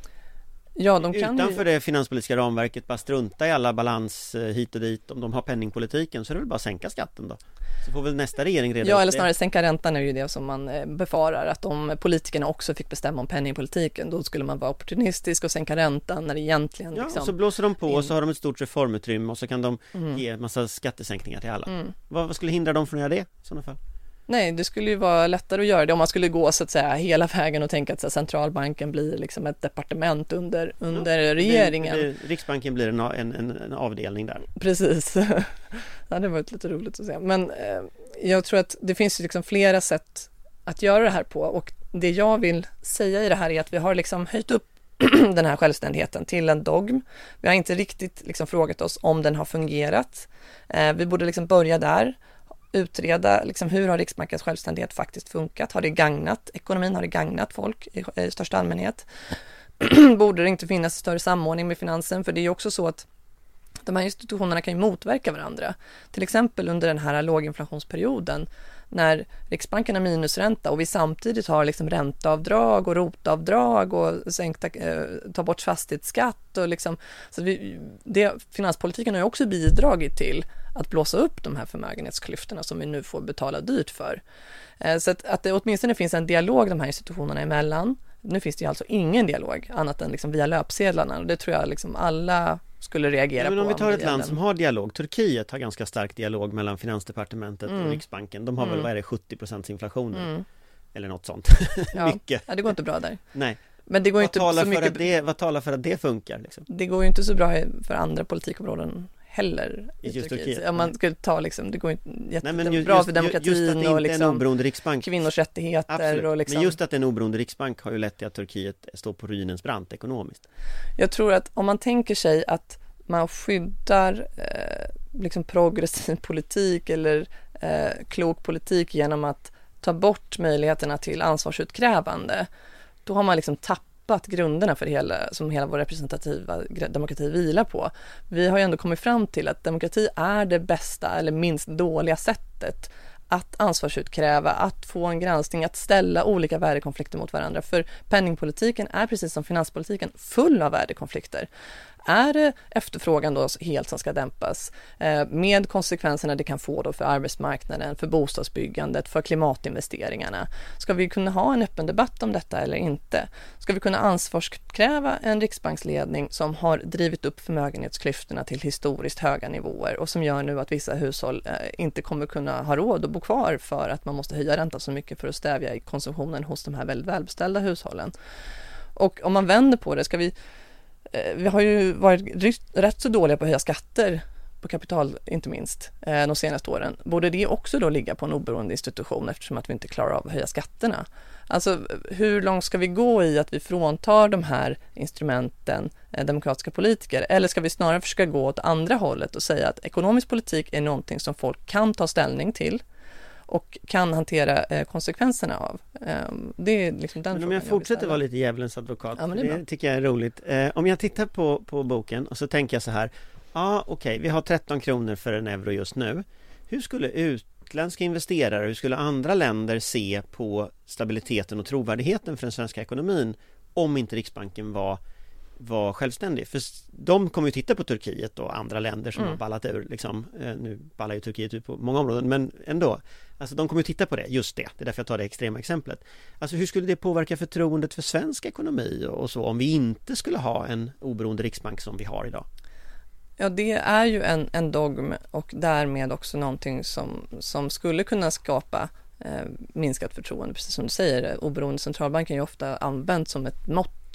Ja, de kan Utanför ju... det finanspolitiska ramverket, bara strunta i alla balans hit och dit. Om de har penningpolitiken så är det väl bara sänka skatten då. Så får väl nästa regering reda Ja, upp eller det. snarare sänka räntan är ju det som man befarar. Att om politikerna också fick bestämma om penningpolitiken, då skulle man vara opportunistisk och sänka räntan när det egentligen... Ja, liksom... och så blåser de på in... och så har de ett stort reformutrymme och så kan de mm. ge massa skattesänkningar till alla. Mm. Vad, vad skulle hindra dem från att göra det i sådana fall? Nej, det skulle ju vara lättare att göra det om man skulle gå så att säga hela vägen och tänka att så här, centralbanken blir liksom ett departement under, under ja, regeringen. Det, det, Riksbanken blir en, en, en avdelning där. Precis. Ja, det var lite roligt att se. Men eh, jag tror att det finns liksom flera sätt att göra det här på, och det jag vill säga i det här är att vi har liksom höjt upp den här självständigheten till en dogm. Vi har inte riktigt liksom frågat oss om den har fungerat. Eh, vi borde liksom börja där. Utreda liksom, hur har Riksbankens självständighet faktiskt funkat? Har det gagnat ekonomin? Har det gagnat folk i, i största allmänhet? Borde det inte finnas större samordning med finansen? För det är ju också så att de här institutionerna kan ju motverka varandra. Till exempel under den här låginflationsperioden när Riksbanken har minusränta och vi samtidigt har liksom ränteavdrag och rotavdrag och sänkta, eh, ta bort fastighetsskatt och liksom, så vi, det, finanspolitiken har ju också bidragit till att blåsa upp de här förmögenhetsklyftorna som vi nu får betala dyrt för. Eh, så att, att det åtminstone finns en dialog de här institutionerna emellan. Nu finns det ju alltså ingen dialog annat än liksom via löpsedlarna, och det tror jag liksom alla skulle reagera ja, men om på. vi tar ett land den. som har dialog, Turkiet har ganska stark dialog mellan Finansdepartementet mm. och Riksbanken. De har mm. väl, vad är det, sjuttio procent inflation mm. eller något sånt. Ja. Mycket. Ja, det går inte bra där. Nej. Men det går vad, inte talar så mycket... för att det, vad talar för att det funkar? Liksom? Det går ju inte så bra för andra politikområden heller i just Turkiet. Turkiet. Om man skulle ta liksom, det går inte jättebra Nej, men just, för demokratin just att det inte och är liksom en oberoende riksbank. Kvinnors rättigheter. Absolut. Och liksom... Men just att det är en oberoende riksbank har ju lett till att Turkiet står på ruinens brant ekonomiskt. Jag tror att om man tänker sig att man skyddar eh, liksom progressiv politik eller eh, klok politik genom att ta bort möjligheterna till ansvarsutkrävande, då har man liksom tappat grunderna för hela, som hela vår representativa demokrati vilar på. Vi har ju ändå kommit fram till att demokrati är det bästa eller minst dåliga sättet att ansvarsutkräva, att få en granskning, att ställa olika värdekonflikter mot varandra. För penningpolitiken är precis som finanspolitiken full av värdekonflikter. Är det efterfrågan då helt som ska dämpas eh, med konsekvenserna det kan få då för arbetsmarknaden, för bostadsbyggandet, för klimatinvesteringarna? Ska vi kunna ha en öppen debatt om detta eller inte? Ska vi kunna ansvarskräva en riksbanksledning som har drivit upp förmögenhetsklyftorna till historiskt höga nivåer och som gör nu att vissa hushåll eh, inte kommer kunna ha råd att bo kvar för att man måste höja räntan så mycket för att stävja konsumtionen hos de här väldigt välbeställda hushållen? Och om man vänder på det, ska vi Vi har ju varit rätt så dåliga på att höja skatter på kapital, inte minst, de senaste åren. Borde det också då ligga på en oberoende institution eftersom att vi inte klarar av att höja skatterna? Alltså, hur långt ska vi gå i att vi fråntar de här instrumenten demokratiska politiker? Eller ska vi snarare försöka gå åt andra hållet och säga att ekonomisk politik är någonting som folk kan ta ställning till och kan hantera eh, konsekvenserna av. Eh, det är liksom den. Men om jag fortsätter vara lite djävulens advokat, ja, det, det tycker jag är roligt. Eh, om jag tittar på, på boken och så tänker jag så här, ja ah, okej, okay, vi har tretton kronor för en euro just nu. Hur skulle utländska investerare, hur skulle andra länder se på stabiliteten och trovärdigheten för den svenska ekonomin om inte Riksbanken var var självständig? För de kommer ju titta på Turkiet och andra länder som mm. har ballat ur liksom. Nu ballar ju Turkiet ut på många områden, men ändå, alltså de kommer ju titta på det, just det, det är därför jag tar det extrema exemplet. Alltså hur skulle det påverka förtroendet för svensk ekonomi och så om vi inte skulle ha en oberoende riksbank som vi har idag? Ja, det är ju en, en dogm och därmed också någonting som, som skulle kunna skapa eh, minskat förtroende, precis som du säger. Oberoende centralbanken är ju ofta använt som ett mått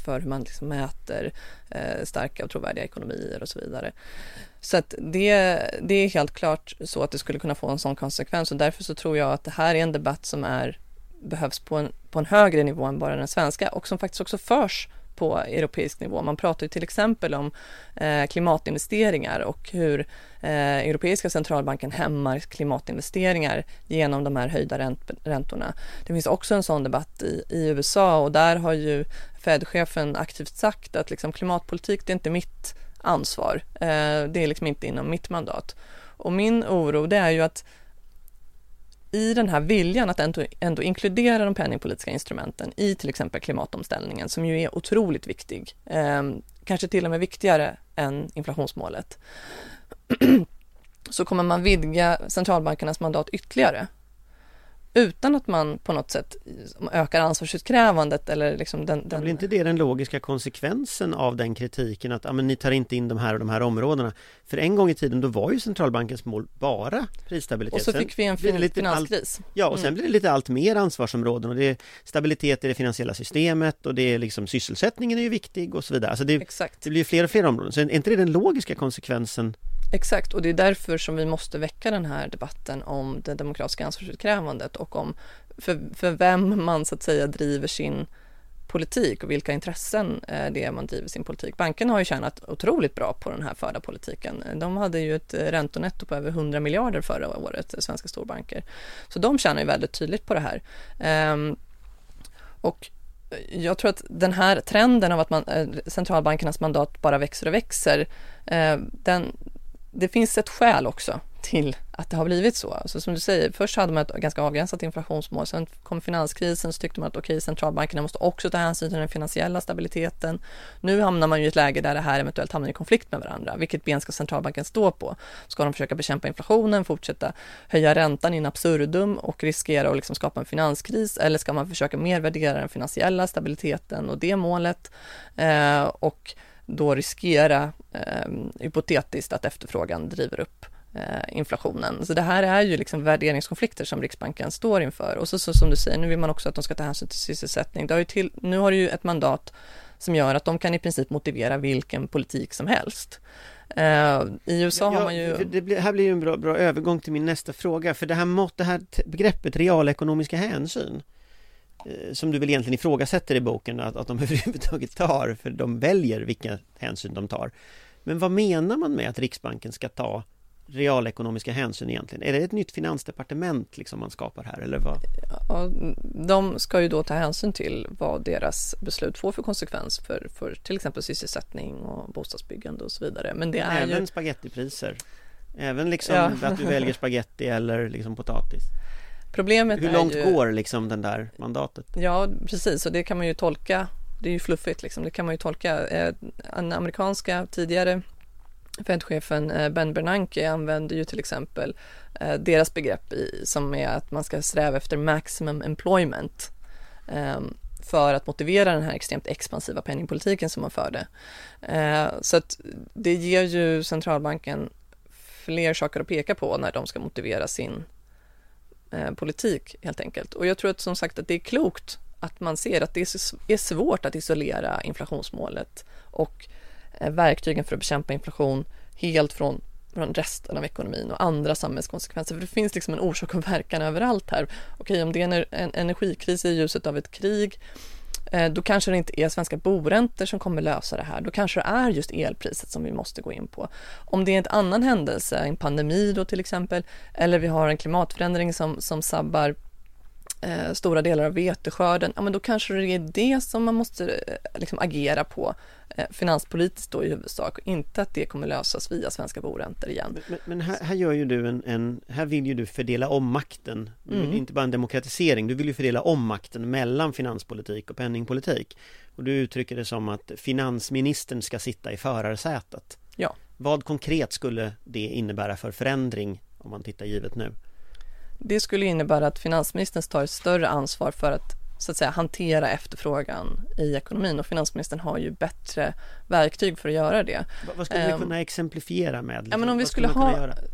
för hur man liksom mäter eh, starka och trovärdiga ekonomier och så vidare. Så att det, det är helt klart så att det skulle kunna få en sån konsekvens, och därför så tror jag att det här är en debatt som är, behövs på en, på en högre nivå än bara den svenska, och som faktiskt också förs på europeisk nivå. Man pratar ju till exempel om eh, klimatinvesteringar och hur eh, Europeiska centralbanken hämmar klimatinvesteringar genom de här höjda ränt- räntorna. Det finns också en sån debatt i, i U S A, och där har ju Fed-chefen aktivt sagt att liksom, klimatpolitik, det är inte mitt ansvar. Eh, det är liksom inte inom mitt mandat. Och min oro, det är ju att i den här viljan att ändå, ändå inkludera de penningpolitiska instrumenten i till exempel klimatomställningen, som ju är otroligt viktig, eh, kanske till och med viktigare än inflationsmålet, så kommer man vidga centralbankernas mandat ytterligare utan att man på något sätt ökar ansvarsutkrävandet eller liksom den... den... Blir inte det den logiska konsekvensen av den kritiken att ja, men ni tar inte in de här och de här områdena? För en gång i tiden då var ju centralbankens mål bara prisstabilitet. Och så fick vi en fin- lite finanskris. Allt, ja, och sen mm. blir det lite allt mer ansvarsområden, och det är stabilitet i det finansiella systemet, och det är liksom sysselsättningen är ju viktig och så vidare. Alltså det, Exakt. det blir fler och fler områden. Så är inte det den logiska konsekvensen? Exakt, och det är därför som vi måste väcka den här debatten om det demokratiska ansvarsutkrävandet och om för, för vem man så att säga driver sin politik och vilka intressen det är man driver sin politik. Banken har ju tjänat otroligt bra på den här förda politiken. De hade ju ett räntonetto på över hundra miljarder förra året, svenska storbanker. Så de tjänar ju väldigt tydligt på det här. Ehm, och jag tror att den här trenden av att man, centralbankernas mandat bara växer och växer, eh, den det finns ett skäl också till att det har blivit så. Alltså som du säger, först hade man ett ganska avgränsat inflationsmål, sen kom finanskrisen, så tyckte man att okej, okay, centralbankerna måste också ta hänsyn till den finansiella stabiliteten. Nu hamnar man ju i ett läge där det här eventuellt hamnar i konflikt med varandra. Vilket ben ska centralbanken stå på? Ska de försöka bekämpa inflationen, fortsätta höja räntan in absurdum och riskera att liksom skapa en finanskris, eller ska man försöka mer värdera den finansiella stabiliteten och det målet eh, och då riskera eh, hypotetiskt att efterfrågan driver upp eh, inflationen. Så det här är ju liksom värderingskonflikter som Riksbanken står inför. Och så, så som du säger, nu vill man också att de ska ta hänsyn till sysselsättning. Det har ju till, nu har du ju ett mandat som gör att de kan i princip motivera vilken politik som helst. Eh, I U S A ja, har man ju... Det blir, här blir ju en bra, bra övergång till min nästa fråga. För det här, mått, det här begreppet realekonomiska hänsyn, som du väl egentligen ifrågasätter i boken att, att de överhuvudtaget tar, för de väljer vilka hänsyn de tar. Men vad menar man med att Riksbanken ska ta realekonomiska hänsyn egentligen? Är det ett nytt finansdepartement liksom man skapar här, eller vad? Ja, de ska ju då ta hänsyn till vad deras beslut får för konsekvens för, för till exempel sysselsättning och bostadsbyggande och så vidare. Men det är även ju... spagettipriser. Även liksom ja. att du väljer spaghetti eller liksom potatis. Problemet Hur långt är ju... går liksom den där mandatet? Ja, precis. Och det kan man ju tolka. Det är ju fluffigt liksom. Det kan man ju tolka. Den amerikanska tidigare Fed-chefen Ben Bernanke använder ju till exempel deras begrepp i, som är att man ska sträva efter maximum employment för att motivera den här extremt expansiva penningpolitiken som man förde. Så att det ger ju centralbanken fler saker att peka på när de ska motivera sin politik helt enkelt. Och jag tror att som sagt att det är klokt att man ser att det är svårt att isolera inflationsmålet och verktygen för att bekämpa inflation helt från, från resten av ekonomin och andra samhällskonsekvenser. För det finns liksom en orsak och verkan överallt här. Okej, om det är en energikris i ljuset av ett krig, då kanske det inte är svenska boräntor som kommer lösa det här. Då kanske det är just elpriset som vi måste gå in på. Om det är en annan händelse, en pandemi då till exempel, eller vi har en klimatförändring som, som sabbar eh, stora delar av veteskörden, ja men då kanske det är det som man måste eh, liksom agera på eh, finanspolitiskt då i huvudsak, inte att det kommer lösas via svenska boräntor igen. Men, men här, här gör ju du en, en, här vill ju du fördela om makten. Du vill Mm. inte bara en demokratisering, du vill ju fördela om makten mellan finanspolitik och penningpolitik. Och du uttrycker det som att finansministern ska sitta i förarsätet. Ja. Vad konkret skulle det innebära för förändring om man tittar givet nu? Det skulle innebära att finansministern tar ett större ansvar för att så att säga hantera efterfrågan i ekonomin, och finansministern har ju bättre verktyg för att göra det. Vad skulle um, vi kunna exemplifiera med? Liksom? Ja, men om vi Vad skulle skulle ha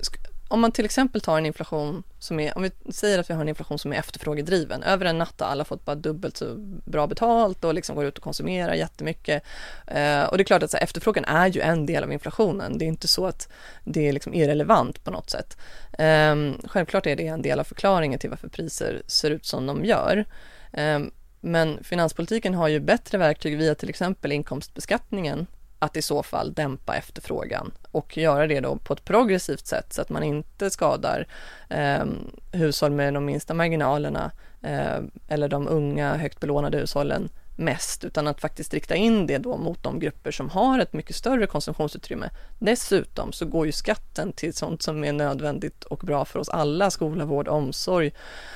om man till exempel tar en inflation som är, om vi säger att vi har en inflation som är efterfrågedriven, över en natt har alla fått bara dubbelt så bra betalt och liksom går ut och konsumerar jättemycket. Eh, och det är klart att så här, efterfrågan är ju en del av inflationen. Det är inte så att det är liksom irrelevant på något sätt. Eh, självklart är det en del av förklaringen till varför priser ser ut som de gör. Eh, men finanspolitiken har ju bättre verktyg via till exempel inkomstbeskattningen att i så fall dämpa efterfrågan och göra det då på ett progressivt sätt så att man inte skadar eh, hushåll med de minsta marginalerna eh, eller de unga högt belånade hushållen mest, utan att faktiskt rikta in det då mot de grupper som har ett mycket större konsumtionsutrymme. Dessutom så går ju skatten till sånt som är nödvändigt och bra för oss alla, skola, vård, omsorg,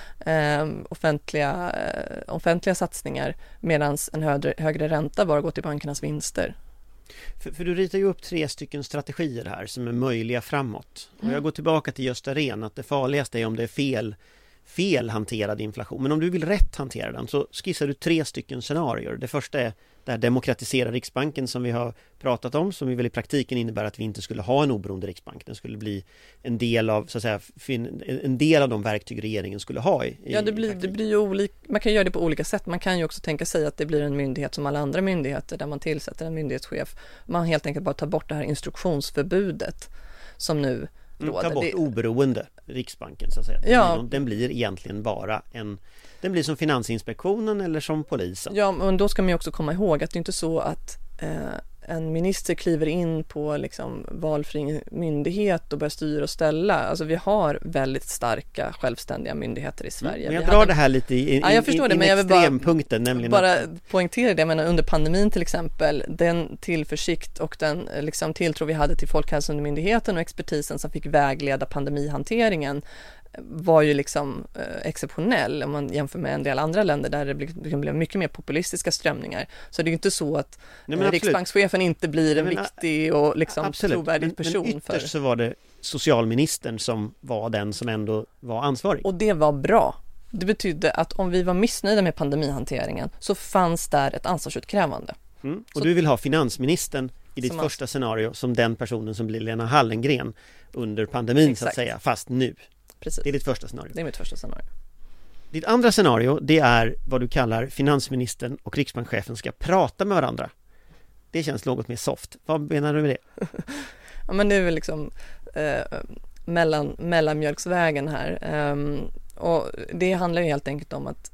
eh, offentliga, eh, offentliga satsningar, medan en högre, högre ränta bara går till bankernas vinster. För, för du ritar ju upp tre stycken strategier här som är möjliga framåt. Och jag går tillbaka till Gösta Rehn att det farligaste är om det är fel, fel hanterad inflation. Men om du vill rätt hantera den så skissar du tre stycken scenarier. Det första är det här demokratisera Riksbanken som vi har pratat om, som väl i praktiken innebär att vi inte skulle ha en oberoende Riksbank. Den skulle bli en del av, så att säga, en del av de verktyg regeringen skulle ha i, Ja, det blir, det blir ju olika, man kan göra det på olika sätt. Man kan ju också tänka sig att det blir en myndighet som alla andra myndigheter där man tillsätter en myndighetschef. Man helt enkelt bara tar bort det här instruktionsförbudet som nu mm, råder. Ta bort det... oberoende Riksbanken så att säga. Den, ja. blir, den blir egentligen bara en, den blir som Finansinspektionen eller som polisen. Ja, men då ska man ju också komma ihåg att det är inte så att eh, en minister kliver in på liksom valfri myndighet och börjar styra och ställa. Alltså vi har väldigt starka självständiga myndigheter i Sverige. Mm, men jag vi drar hade... det här lite i, i, ja, jag förstår i, det, i men jag vill bara, nämligen bara att... poängtera det. Jag menar, under pandemin till exempel, den tillförsikt och den liksom, tilltro vi hade till Folkhälsomyndigheten och expertisen som fick vägleda pandemihanteringen var ju liksom eh, exceptionell om man jämför med en del andra länder där det blev, blev mycket mer populistiska strömningar. Så det är ju inte så att Nej, eh, riksbankschefen inte blir en menar, viktig och liksom absolut. trovärdig person. Men, men ytterst för... så var det socialministern som var den som ändå var ansvarig. Och det var bra. Det betydde att om vi var missnöjda med pandemihanteringen så fanns där ett ansvarsutkrävande. Mm. Och så... du vill ha finansministern i ditt som första scenario som den personen som blir Lena Hallengren under pandemin Exakt. Så att säga, fast nu. Precis. Det är ditt första scenario. Det är mitt första scenario. Ditt andra scenario, det är vad du kallar finansministern och riksbankschefen ska prata med varandra. Det känns något mer soft. Vad menar du med det? Ja, men det är väl liksom eh, mellan, mellanmjölksvägen här. Um, och det handlar ju helt enkelt om att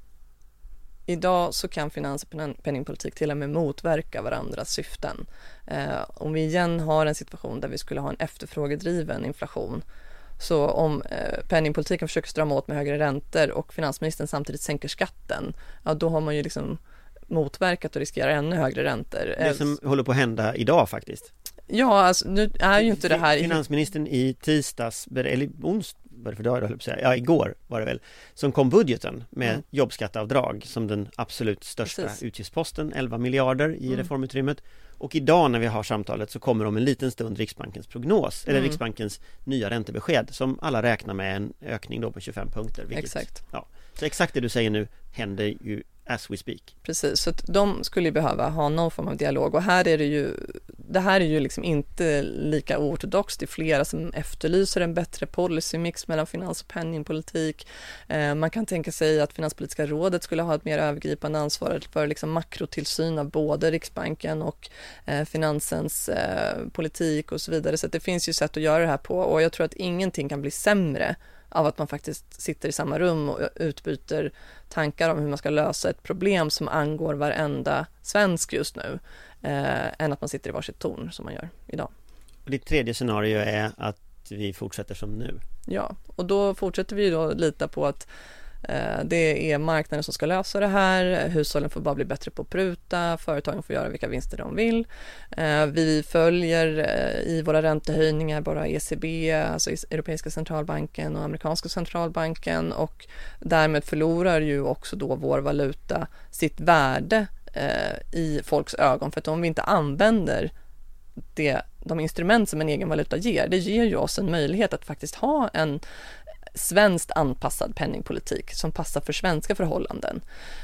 idag så kan finans- och penningpolitik till och med motverka varandras syften. Eh, om vi igen har en situation där vi skulle ha en efterfrågedriven inflation, så om eh, penningpolitiken försöker strama åt med högre räntor och finansministern samtidigt sänker skatten, ja då har man ju liksom motverkat och riskerar ännu högre räntor. Det som håller på att hända idag faktiskt. Ja, alltså nu är ju inte det här... Finansministern i tisdags, eller onsdag, vad är det för dag, jag höll på att säga? Ja, igår var det väl, som kom budgeten med mm. jobbskatteavdrag som den absolut största Precis. utgiftsposten, elva miljarder i mm. reformutrymmet. Och idag när vi har samtalet så kommer om en liten stund Riksbankens prognos, eller mm. Riksbankens nya räntebesked som alla räknar med en ökning då på tjugofem punkter. Vilket, exakt. Ja, så exakt det du säger nu händer ju as we speak. Precis, så att de skulle behöva ha någon form av dialog och här är det ju, det här är ju liksom inte lika oortodoxt. Det är flera som efterlyser en bättre policymix mellan finans- och penningpolitik. Eh, man kan tänka sig att Finanspolitiska rådet skulle ha ett mer övergripande ansvar för liksom makrotillsyn av både Riksbanken och eh, finansens eh, politik och så vidare. Så att det finns ju sätt att göra det här på och jag tror att ingenting kan bli sämre av att man faktiskt sitter i samma rum och utbyter tankar om hur man ska lösa ett problem som angår varenda svensk just nu, eh, än att man sitter i varsitt torn som man gör idag. Och ditt tredje scenario är att vi fortsätter som nu. Ja, och då fortsätter vi då lita på att eh, det är marknaden som ska lösa det här, hushållen får bara bli bättre på att pruta, företagen får göra vilka vinster de vill. Eh, vi följer eh, i våra räntehöjningar bara E C B, alltså Europeiska centralbanken och amerikanska centralbanken och därmed förlorar ju också då vår valuta sitt värde eh, i folks ögon, för att om vi inte använder det, de instrument som en egen valuta ger, det ger ju oss en möjlighet att faktiskt ha en svenskt anpassad penningpolitik som passar för svenska förhållanden.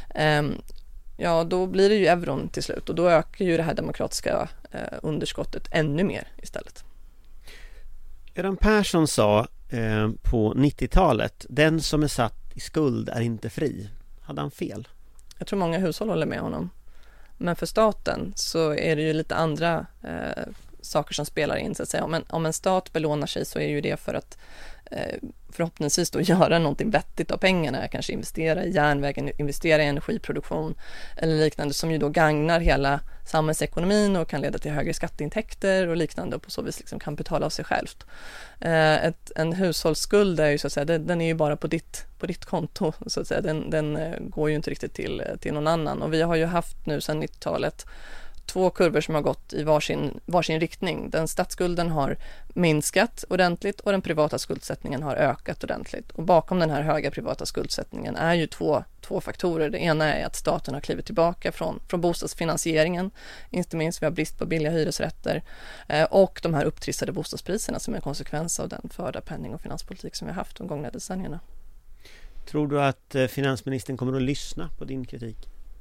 Um, ja, då blir det ju euron till slut och då ökar ju det här demokratiska uh, underskottet ännu mer istället. Göran Persson sa eh, på nittiotalet, den som är satt i skuld är inte fri. Hade han fel? Jag tror många hushåll håller med honom. Men för staten så är det ju lite andra eh, saker som spelar in. Så att säga. Om, en, om en stat belånar sig så är ju det för att eh, förhoppningsvis då göra någonting vettigt av pengarna. Kanske investera i järnvägen, investera i energiproduktion eller liknande som ju då gagnar hela samhällsekonomin och kan leda till högre skatteintäkter och liknande och på så vis liksom kan betala av sig självt. Eh, ett, en hushållsskuld är ju så att säga, den, den är ju bara på ditt, på ditt konto så att säga. Den, den eh, går ju inte riktigt till, till någon annan och vi har ju haft nu sedan nittiotalet två kurvor som har gått i varsin, varsin riktning. Den statsskulden har minskat ordentligt och den privata skuldsättningen har ökat ordentligt. Och bakom den här höga privata skuldsättningen är ju två, två faktorer. Det ena är att staten har klivit tillbaka från, från bostadsfinansieringen. Inte minst vi har brist på billiga hyresrätter eh, och de här upptrissade bostadspriserna som är en konsekvens av den förda penning- och finanspolitik som vi har haft de gångna decennierna. Tror du att eh, finansministern kommer att lyssna på din kritik?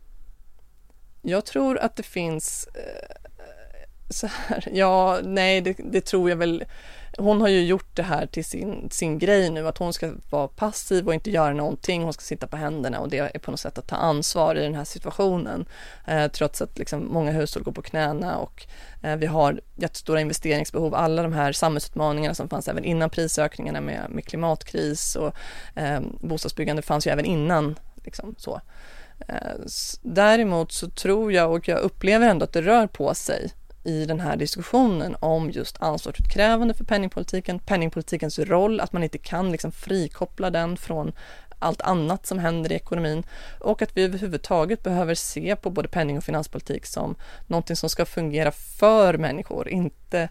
Jag tror att det finns eh, så här, ja, nej, det, det tror jag väl. Hon har ju gjort det här till sin, sin grej nu, att hon ska vara passiv och inte göra någonting. Hon ska sitta på händerna och det är på något sätt att ta ansvar i den här situationen. Eh, trots att liksom många hushåll går på knäna och eh, vi har jättestora investeringsbehov. Alla de här samhällsutmaningarna som fanns även innan prisökningarna med, med klimatkris och eh, bostadsbyggande fanns ju även innan liksom så. Däremot så tror jag och jag upplever ändå att det rör på sig i den här diskussionen om just ansvarsutkrävande för penningpolitiken, penningpolitikens roll, att man inte kan liksom frikoppla den från allt annat som händer i ekonomin och att vi överhuvudtaget behöver se på både penning- och finanspolitik som någonting som ska fungera för människor, inte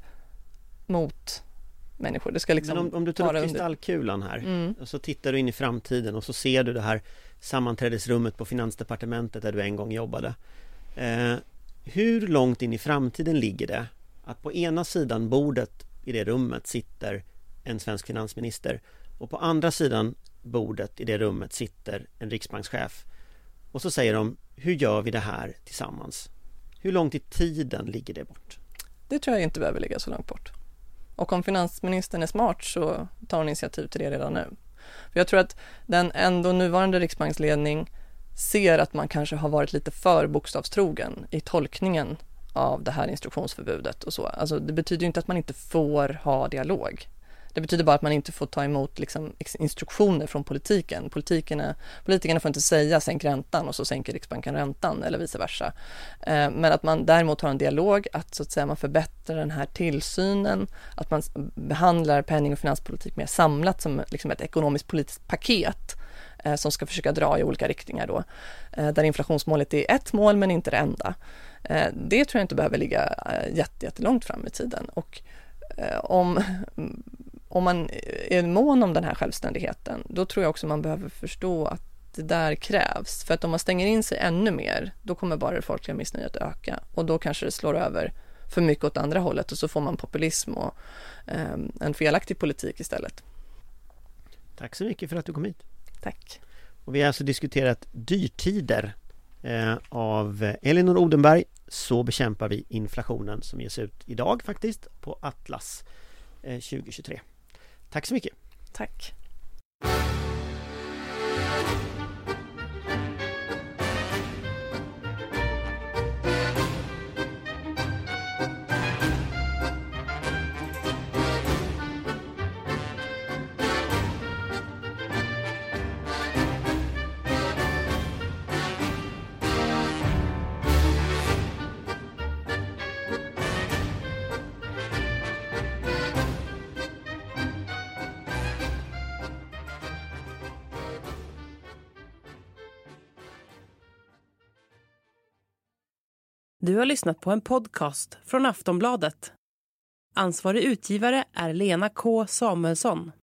mot människor. Det ska liksom Men om, om du tar upp kristallkulan här mm. och så tittar du in i framtiden och så ser du det här sammanträdesrummet på Finansdepartementet där du en gång jobbade. Eh, hur långt in i framtiden ligger det att på ena sidan bordet i det rummet sitter en svensk finansminister och på andra sidan bordet i det rummet sitter en riksbankschef och så säger de, hur gör vi det här tillsammans? Hur långt i tiden ligger det bort? Det tror jag inte behöver ligga så långt bort. Och om finansministern är smart så tar hon initiativ till det redan nu. För jag tror att den ändå nuvarande riksbanksledning ser att man kanske har varit lite för bokstavstrogen i tolkningen av det här instruktionsförbudet och så. Alltså det betyder ju inte att man inte får ha dialog. Det betyder bara att man inte får ta emot liksom, instruktioner från politiken. Politikerna, politikerna får inte säga sänk räntan och så sänker Riksbanken räntan eller vice versa. Eh, men att man däremot har en dialog, att, så att säga, man förbättrar den här tillsynen, att man behandlar penning- och finanspolitik mer samlat som liksom ett ekonomiskt politiskt paket eh, som ska försöka dra i olika riktningar då. Eh, där inflationsmålet är ett mål men inte det enda. Eh, det tror jag inte behöver ligga eh, jätte, jättelångt fram i tiden. Och eh, om... Om man är mån om den här självständigheten, då tror jag också man behöver förstå att det där krävs. För att om man stänger in sig ännu mer, då kommer bara det folkliga missnöjet öka. Och då kanske det slår över för mycket åt andra hållet och så får man populism och eh, en felaktig politik istället. Tack så mycket för att du kom hit. Tack. Och vi har alltså diskuterat dyrtider eh, av Elinor Odenberg. Så bekämpar vi inflationen som ges ut idag faktiskt på Atlas eh, tjugo tjugotre. Tack så mycket. Tack. Du har lyssnat på en podcast från Aftonbladet. Ansvarig utgivare är Lena K. Samuelsson.